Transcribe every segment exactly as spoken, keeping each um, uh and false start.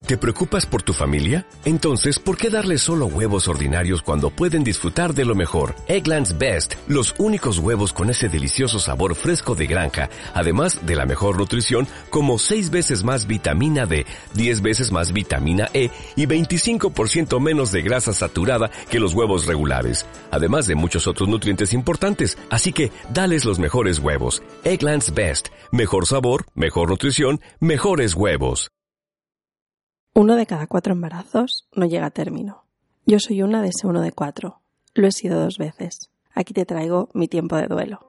¿Te preocupas por tu familia? Entonces, ¿por qué darles solo huevos ordinarios cuando pueden disfrutar de lo mejor? Eggland's Best, los únicos huevos con ese delicioso sabor fresco de granja, además de la mejor nutrición, como seis veces más vitamina D, diez veces más vitamina E y veinticinco por ciento menos de grasa saturada que los huevos regulares, además de muchos otros nutrientes importantes. Así que, dales los mejores huevos. Eggland's Best, mejor sabor, mejor nutrición, mejores huevos. Uno de cada cuatro embarazos no llega a término. Yo soy una de ese uno de cuatro. Lo he sido dos veces. Aquí te traigo mi tiempo de duelo.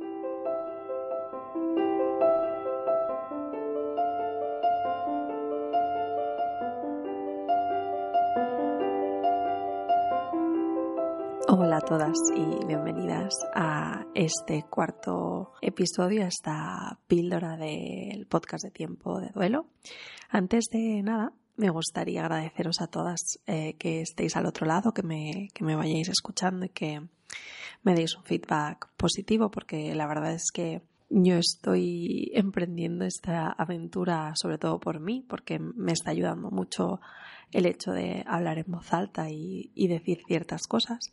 Hola a todas y bienvenidas a este cuarto episodio, a esta píldora del podcast de tiempo de duelo. Antes de nada, me gustaría agradeceros a todas eh, que estéis al otro lado, que me, que me vayáis escuchando y que me deis un feedback positivo, porque la verdad es que yo estoy emprendiendo esta aventura sobre todo por mí, porque me está ayudando mucho el hecho de hablar en voz alta y, y decir ciertas cosas,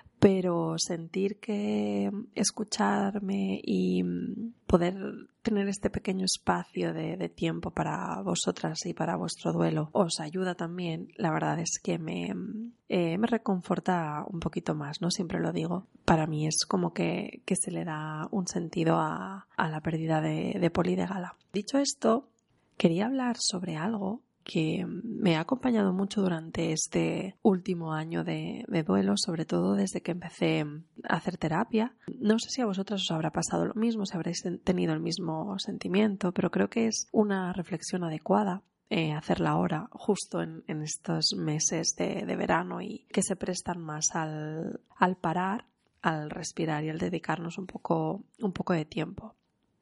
pero sentir que escucharme y poder tener este pequeño espacio de, de tiempo para vosotras y para vuestro duelo os ayuda también, la verdad es que me, eh, me reconforta un poquito más, ¿no? Siempre lo digo, para mí es como que, que se le da un sentido a, a la pérdida de, de Poli de Gala. Dicho esto, quería hablar sobre algo que me ha acompañado mucho durante este último año de, de duelo, sobre todo desde que empecé a hacer terapia. No sé si a vosotras os habrá pasado lo mismo, si habréis tenido el mismo sentimiento, pero creo que es una reflexión adecuada eh, hacerla ahora, justo en, en estos meses de, de verano y que se prestan más al, al parar, al respirar y al dedicarnos un poco, un poco de tiempo.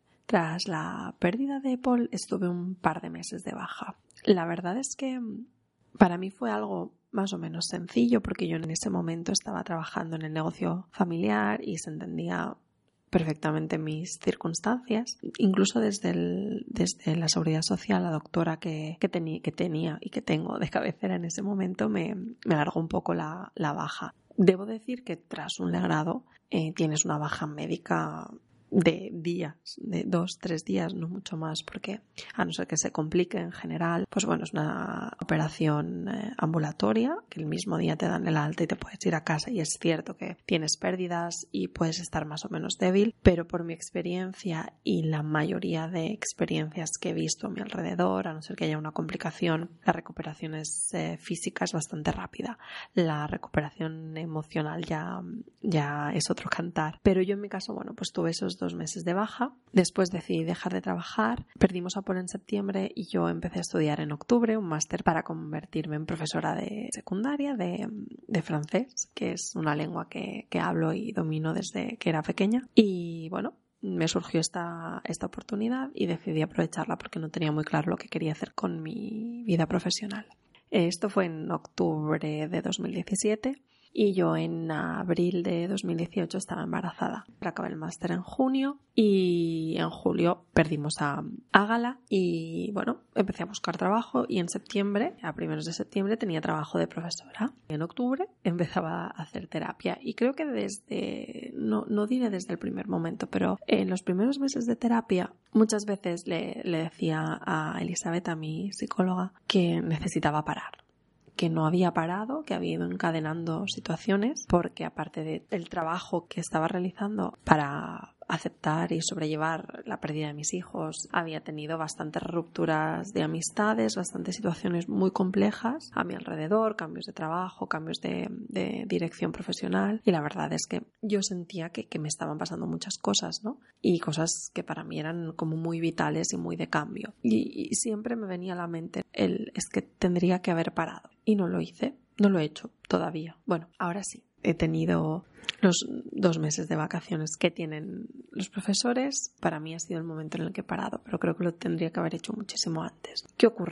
Tras la pérdida de Paul estuve un par de meses de baja. La verdad es que para mí fue algo más o menos sencillo porque yo en ese momento estaba trabajando en el negocio familiar y se entendía perfectamente mis circunstancias. Incluso desde, el, desde la Seguridad Social, la doctora que, que, tení, que tenía y que tengo de cabecera en ese momento me, me alargó un poco la, la baja. Debo decir que tras un legrado eh, tienes una baja médica de días, de dos, tres días, no mucho más, porque a no ser que se complique en general, pues bueno, es una operación eh, ambulatoria, que el mismo día te dan el alta y te puedes ir a casa, y es cierto que tienes pérdidas y puedes estar más o menos débil, pero por mi experiencia y la mayoría de experiencias que he visto a mi alrededor, a no ser que haya una complicación, la recuperación es, eh, física es bastante rápida. La recuperación emocional ya, ya es otro cantar, pero yo en mi caso, bueno, pues tuve esos dos meses de baja. Después decidí dejar de trabajar, perdimos a Paul en septiembre y yo empecé a estudiar en octubre un máster para convertirme en profesora de secundaria de, de francés, que es una lengua que, que hablo y domino desde que era pequeña. Y bueno, me surgió esta, esta oportunidad y decidí aprovecharla porque no tenía muy claro lo que quería hacer con mi vida profesional. Esto fue en octubre de dos mil diecisiete. Y yo en abril de dos mil dieciocho estaba embarazada. Acabé el máster en junio y en julio perdimos a, a Gala y bueno, empecé a buscar trabajo y en septiembre, a primeros de septiembre, tenía trabajo de profesora. En octubre empezaba a hacer terapia y creo que desde, no, no diré desde el primer momento, pero en los primeros meses de terapia muchas veces le, le decía a Elizabeth, a mi psicóloga, que necesitaba parar, que no había parado, que había ido encadenando situaciones, porque aparte del trabajo que estaba realizando para aceptar y sobrellevar la pérdida de mis hijos, había tenido bastantes rupturas de amistades, bastantes situaciones muy complejas a mi alrededor, cambios de trabajo, cambios de, de dirección profesional, y la verdad es que yo sentía que, que me estaban pasando muchas cosas, ¿no? Y cosas que para mí eran como muy vitales y muy de cambio. Y, y siempre me venía a la mente el es que tendría que haber parado. Y no lo hice, no lo he hecho todavía. Bueno, ahora sí. He tenido los dos meses de vacaciones que tienen los profesores. Para mí ha sido el momento en el que he parado, pero creo que lo tendría que haber hecho muchísimo antes. ¿Qué ocurre?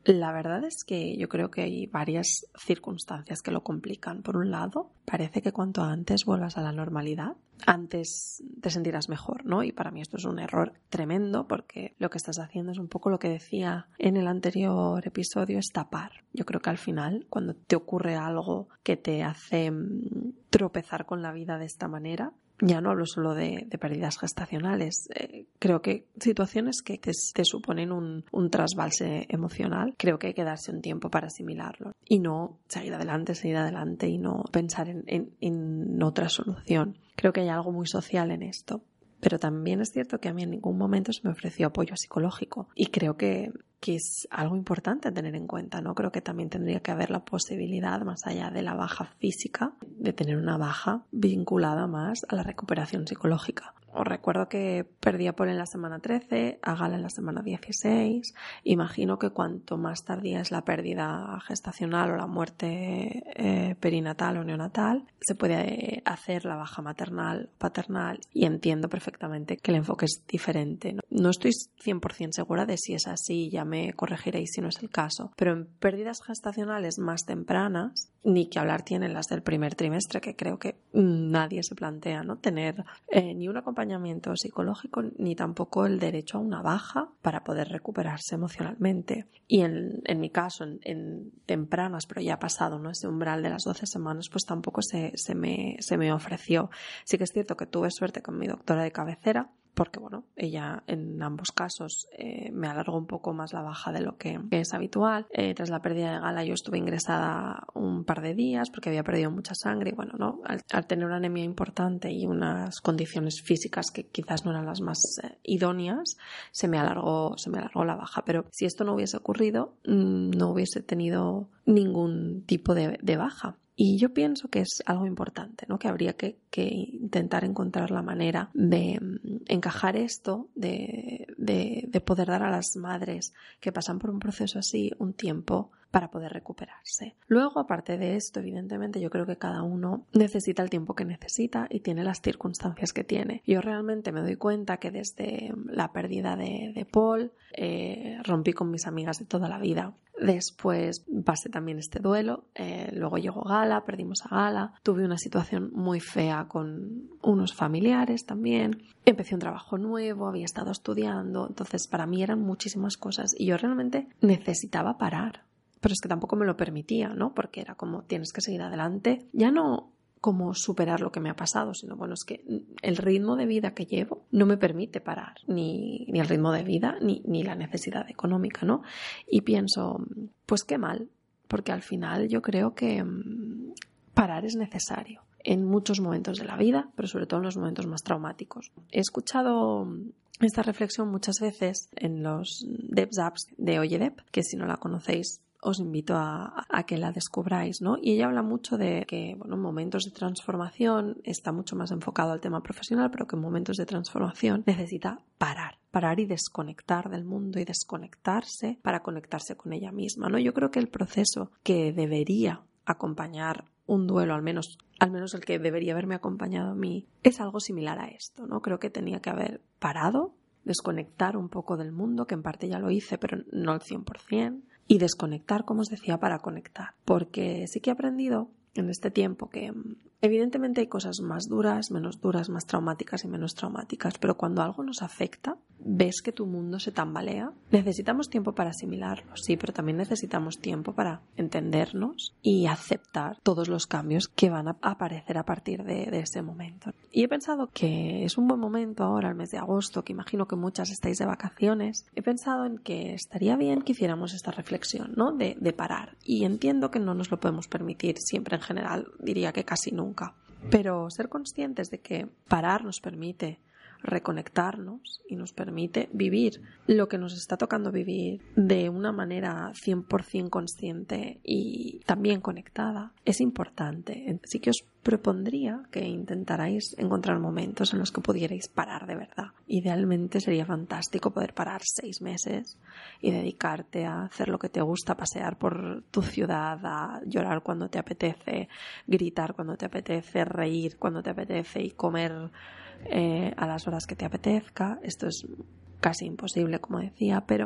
La verdad es que yo creo que hay varias circunstancias que lo complican. Por un lado, parece que cuanto antes vuelvas a la normalidad, antes te sentirás mejor, ¿no? Y para mí esto es un error tremendo porque lo que estás haciendo es un poco lo que decía en el anterior episodio, es tapar. Yo creo que al final, cuando te ocurre algo que te hace tropezar con la vida de esta manera, ya no hablo solo de, de pérdidas gestacionales, eh, creo que situaciones que te, te suponen un, un trasbalse emocional, creo que hay que darse un tiempo para asimilarlo y no seguir adelante, seguir adelante y no pensar en, en, en otra solución. Creo que hay algo muy social en esto. Pero también es cierto que a mí en ningún momento se me ofreció apoyo psicológico y creo que, que es algo importante a tener en cuenta, ¿no? Creo que también tendría que haber la posibilidad, más allá de la baja física, de tener una baja vinculada más a la recuperación psicológica. Os recuerdo que perdí a Paul en la semana trece, a Gala en la semana dieciséis. Imagino que cuanto más tardía es la pérdida gestacional o la muerte eh, perinatal o neonatal, se puede hacer la baja maternal o paternal, y entiendo perfectamente que el enfoque es diferente. No, no estoy cien por ciento segura de si es así, ya me corregiréis si no es el caso, pero en pérdidas gestacionales más tempranas, ni que hablar tienen las del primer trimestre, que creo que nadie se plantea, ¿no? Tener eh, ni un acompañamiento psicológico ni tampoco el derecho a una baja para poder recuperarse emocionalmente. Y en, en mi caso, en, en tempranas, pero ya ha pasado, ¿no?, ese umbral de las doce semanas, pues tampoco se, se, me, se me ofreció. Sí que es cierto que tuve suerte con mi doctora de cabecera, porque bueno, ella en ambos casos eh, me alargó un poco más la baja de lo que es habitual. Eh, tras la pérdida de Gala yo estuve ingresada un par de días porque había perdido mucha sangre y bueno, ¿no? al, al tener una anemia importante y unas condiciones físicas que quizás no eran las más eh, idóneas, se me alargó, se me alargó la baja. Pero si esto no hubiese ocurrido, mmm, no hubiese tenido ningún tipo de, de baja. Y yo pienso que es algo importante, ¿no? Que habría que, que intentar encontrar la manera de encajar esto, de, de, de poder dar a las madres que pasan por un proceso así un tiempo para poder recuperarse. Luego, aparte de esto, evidentemente, yo creo que cada uno necesita el tiempo que necesita y tiene las circunstancias que tiene. Yo realmente me doy cuenta que desde la pérdida de, de Paul, eh, rompí con mis amigas de toda la vida. Después pasé también este duelo, eh, luego llegó Gala, perdimos a Gala, tuve una situación muy fea con unos familiares también, empecé un trabajo nuevo, había estado estudiando, entonces para mí eran muchísimas cosas y yo realmente necesitaba parar, pero es que tampoco me lo permitía, ¿no? Porque era como tienes que seguir adelante, ya no como superar lo que me ha pasado, sino bueno, es que el ritmo de vida que llevo no me permite parar, ni, ni el ritmo de vida ni, ni la necesidad económica, ¿no? Y pienso, pues qué mal, porque al final yo creo que mmm, parar es necesario en muchos momentos de la vida, pero sobre todo en los momentos más traumáticos. He escuchado esta reflexión muchas veces en los Devs Apps de Oyedep, que si no la conocéis os invito a, a que la descubráis, ¿no? Y ella habla mucho de que, bueno, en momentos de transformación está mucho más enfocado al tema profesional, pero que en momentos de transformación necesita parar, parar y desconectar del mundo y desconectarse para conectarse con ella misma, ¿no? Yo creo que el proceso que debería acompañar un duelo, al menos, al menos el que debería haberme acompañado a mí, es algo similar a esto, ¿no? Creo que tenía que haber parado, desconectar un poco del mundo, que en parte ya lo hice, pero no al cien por ciento, y desconectar, como os decía, para conectar. Porque sí que he aprendido en este tiempo que evidentemente hay cosas más duras, menos duras, más traumáticas y menos traumáticas, pero cuando algo nos afecta, ves que tu mundo se tambalea. Necesitamos tiempo para asimilarlo, sí, pero también necesitamos tiempo para entendernos y aceptar todos los cambios que van a aparecer a partir de, de ese momento. Y he pensado que es un buen momento ahora, el mes de agosto, que imagino que muchas estáis de vacaciones. He pensado en que estaría bien que hiciéramos esta reflexión, ¿no? De, de parar. Y entiendo que no nos lo podemos permitir siempre en general, diría que casi nunca. Pero ser conscientes de que parar nos permite reconectarnos y nos permite vivir lo que nos está tocando vivir de una manera cien por ciento consciente y también conectada es importante. Así que os propondría que intentarais encontrar momentos en los que pudierais parar de verdad. Idealmente sería fantástico poder parar seis meses y dedicarte a hacer lo que te gusta, pasear por tu ciudad, a llorar cuando te apetece, gritar cuando te apetece, reír cuando te apetece y comer Eh, a las horas que te apetezca. Esto es casi imposible, como decía, pero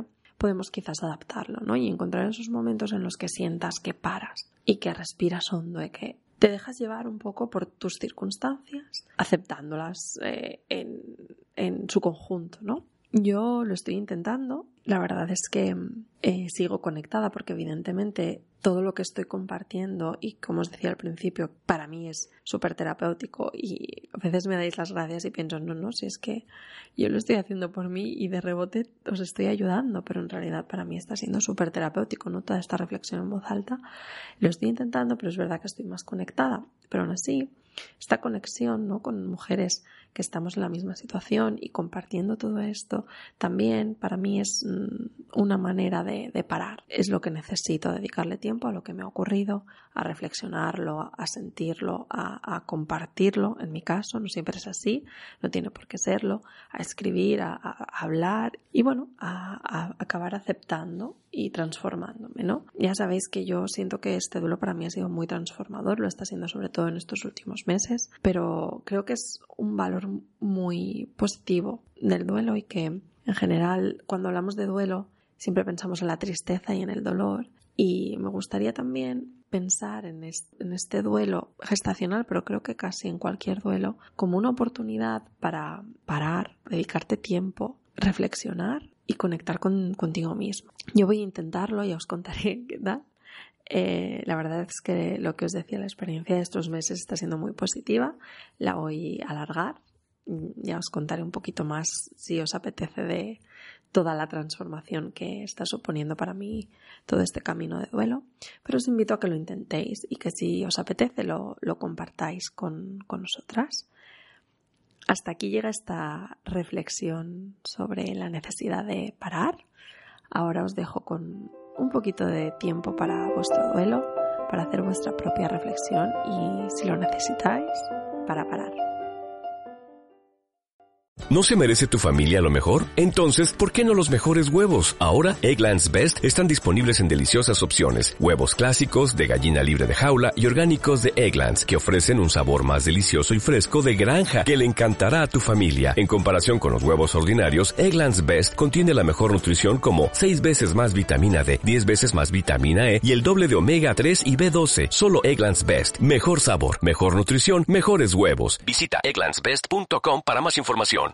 podemos quizás adaptarlo, ¿no? Y encontrar esos momentos en los que sientas que paras y que respiras hondo y que te dejas llevar un poco por tus circunstancias, aceptándolas eh, en, en su conjunto, ¿no? Yo lo estoy intentando. La verdad es que eh, sigo conectada porque evidentemente todo lo que estoy compartiendo y, como os decía al principio, para mí es súper terapéutico y a veces me dais las gracias y pienso, no, no, si es que yo lo estoy haciendo por mí y de rebote os estoy ayudando, pero en realidad para mí está siendo súper terapéutico, ¿no? Toda esta reflexión en voz alta. Lo estoy intentando, pero es verdad que estoy más conectada. Pero aún así, esta conexión, ¿no?, con mujeres que estamos en la misma situación y compartiendo todo esto, también para mí es mmm, una manera de, de parar. Es lo que necesito, dedicarle tiempo a lo que me ha ocurrido, a reflexionarlo, a, a sentirlo, a, a compartirlo. En mi caso, no siempre es así, no tiene por qué serlo, a escribir, a, a hablar y bueno, a, a acabar aceptando y transformándome, ¿no? Ya sabéis que yo siento que este duelo para mí ha sido muy transformador, lo está siendo sobre todo en estos últimos meses, pero creo que es un valor muy positivo del duelo y que en general cuando hablamos de duelo siempre pensamos en la tristeza y en el dolor, y me gustaría también pensar en este, en este duelo gestacional, pero creo que casi en cualquier duelo, como una oportunidad para parar, dedicarte tiempo, reflexionar y conectar con, contigo mismo. Yo voy a intentarlo, ya os contaré qué tal. Eh, la verdad es que lo que os decía, la experiencia de estos meses está siendo muy positiva, la voy a alargar, ya os contaré un poquito más si os apetece de toda la transformación que está suponiendo para mí todo este camino de duelo, pero os invito a que lo intentéis y que si os apetece lo, lo compartáis con, con nosotras. Hasta aquí llega esta reflexión sobre la necesidad de parar. Ahora os dejo con un poquito de tiempo para vuestro duelo, para hacer vuestra propia reflexión y, si lo necesitáis, para parar. ¿No se merece tu familia lo mejor? Entonces, ¿por qué no los mejores huevos? Ahora, Eggland's Best están disponibles en deliciosas opciones. Huevos clásicos, de gallina libre de jaula y orgánicos de Eggland's, que ofrecen un sabor más delicioso y fresco de granja que le encantará a tu familia. En comparación con los huevos ordinarios, Eggland's Best contiene la mejor nutrición como seis veces más vitamina D, diez veces más vitamina E y el doble de omega tres y B doce. Solo Eggland's Best. Mejor sabor, mejor nutrición, mejores huevos. Visita egglands best punto com para más información.